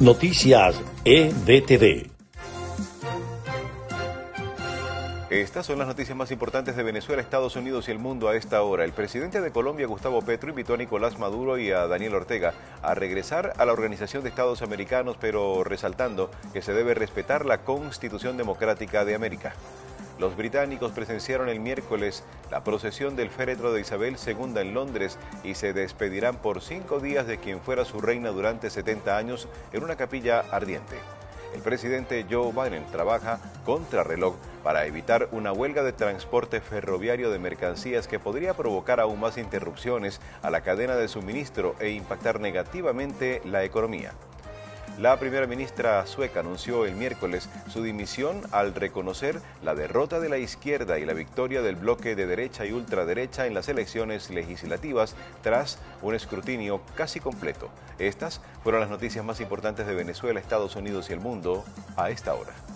Noticias EDTV. Estas son las noticias más importantes de Venezuela, Estados Unidos y el mundo a esta hora. El presidente de Colombia, Gustavo Petro, invitó a Nicolás Maduro y a Daniel Ortega a regresar a la Organización de Estados Americanos, pero resaltando que se debe respetar la Constitución Democrática de América. Los británicos presenciaron el miércoles la procesión del féretro de Isabel II en Londres y se despedirán por 5 días de quien fuera su reina durante 70 años en una capilla ardiente. El presidente Joe Biden trabaja contrarreloj para evitar una huelga de transporte ferroviario de mercancías que podría provocar aún más interrupciones a la cadena de suministro e impactar negativamente la economía. La primera ministra sueca anunció el miércoles su dimisión al reconocer la derrota de la izquierda y la victoria del bloque de derecha y ultraderecha en las elecciones legislativas tras un escrutinio casi completo. Estas fueron las noticias más importantes de Venezuela, Estados Unidos y el mundo a esta hora.